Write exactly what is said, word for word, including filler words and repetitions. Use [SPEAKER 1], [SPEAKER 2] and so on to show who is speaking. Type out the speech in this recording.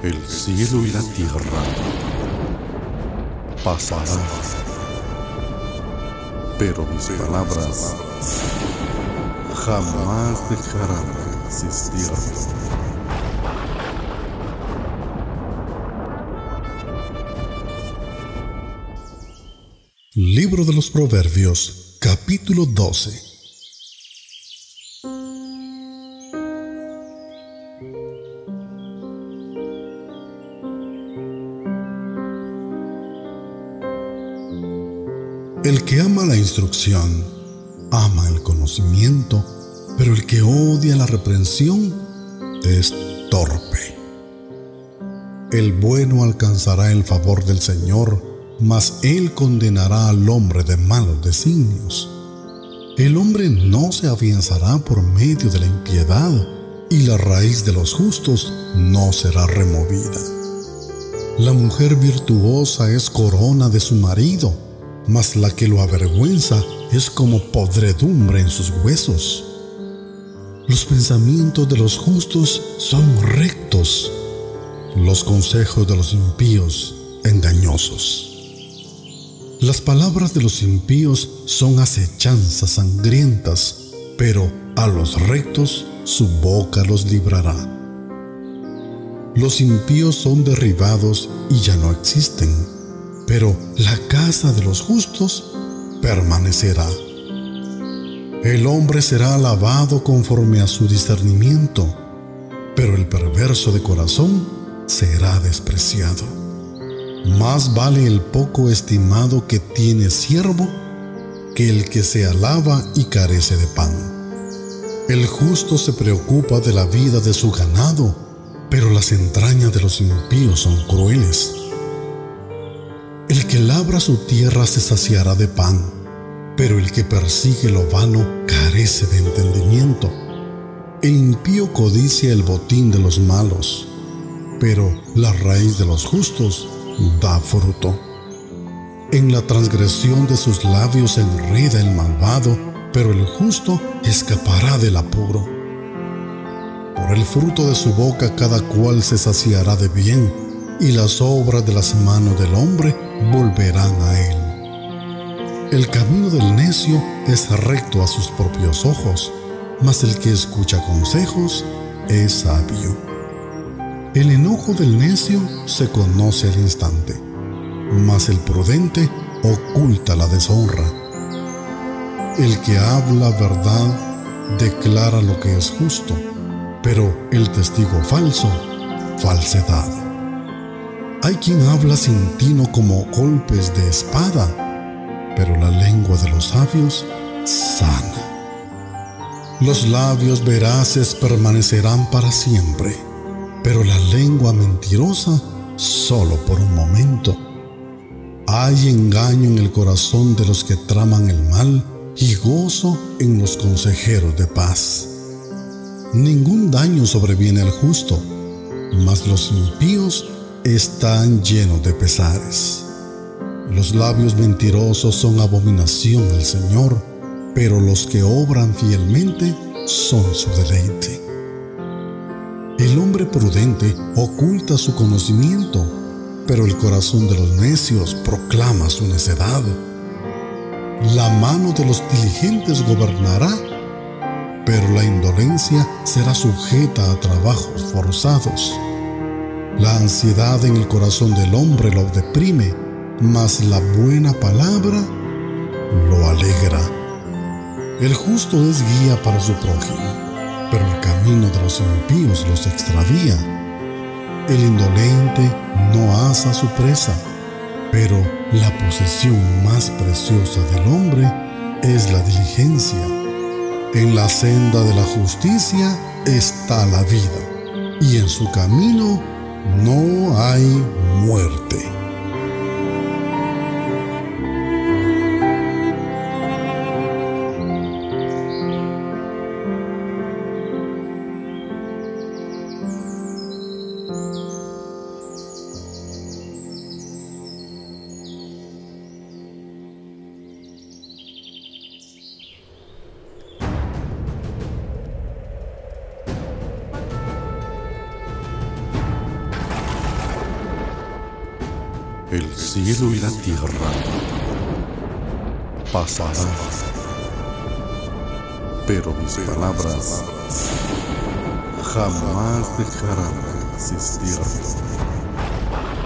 [SPEAKER 1] El cielo y la tierra pasarán, pero mis palabras jamás dejarán de existir.
[SPEAKER 2] Libro de los Proverbios, capítulo doce. El que ama la instrucción, ama el conocimiento, pero el que odia la reprensión es torpe. El bueno alcanzará el favor del Señor, mas él condenará al hombre de malos designios. El hombre no se afianzará por medio de la impiedad, y la raíz de los justos no será removida. La mujer virtuosa es corona de su marido, mas la que lo avergüenza es como podredumbre en sus huesos. Los pensamientos de los justos son rectos, los consejos de los impíos engañosos. Las palabras de los impíos son acechanzas sangrientas, pero a los rectos su boca los librará. Los impíos son derribados y ya no existen, pero la casa de los justos permanecerá. El hombre será alabado conforme a su discernimiento, pero el perverso de corazón será despreciado. Más vale el poco estimado que tiene siervo que el que se alaba y carece de pan. El justo se preocupa de la vida de su ganado, pero las entrañas de los impíos son crueles. El que labra su tierra se saciará de pan, pero el que persigue lo vano carece de entendimiento. El impío codicia el botín de los malos, pero la raíz de los justos da fruto. En la transgresión de sus labios se enreda el malvado, pero el justo escapará del apuro. Por el fruto de su boca cada cual se saciará de bien, y las obras de las manos del hombre volverán a él. El camino del necio es recto a sus propios ojos, mas el que escucha consejos es sabio. El enojo del necio se conoce al instante, mas el prudente oculta la deshonra. El que habla verdad declara lo que es justo, pero el testigo falso, falsedad. Hay quien habla sin tino como golpes de espada, pero la lengua de los sabios sana. Los labios veraces permanecerán para siempre, pero la lengua mentirosa solo por un momento. Hay engaño en el corazón de los que traman el mal y gozo en los consejeros de paz. Ningún daño sobreviene al justo, mas los impíos están llenos de pesares. Los labios mentirosos son abominación al Señor, pero los que obran fielmente son su deleite. El hombre prudente oculta su conocimiento, pero el corazón de los necios proclama su necedad. La mano de los diligentes gobernará, pero la indolencia será sujeta a trabajos forzados. La ansiedad en el corazón del hombre lo deprime, mas la buena palabra lo alegra. El justo es guía para su prójimo, pero el camino de los impíos los extravía. El indolente no asa su presa, pero la posesión más preciosa del hombre es la diligencia. En la senda de la justicia está la vida, y en su camino no hay muerte.
[SPEAKER 1] El cielo y la tierra pasarán, pero mis palabras jamás dejarán de existir.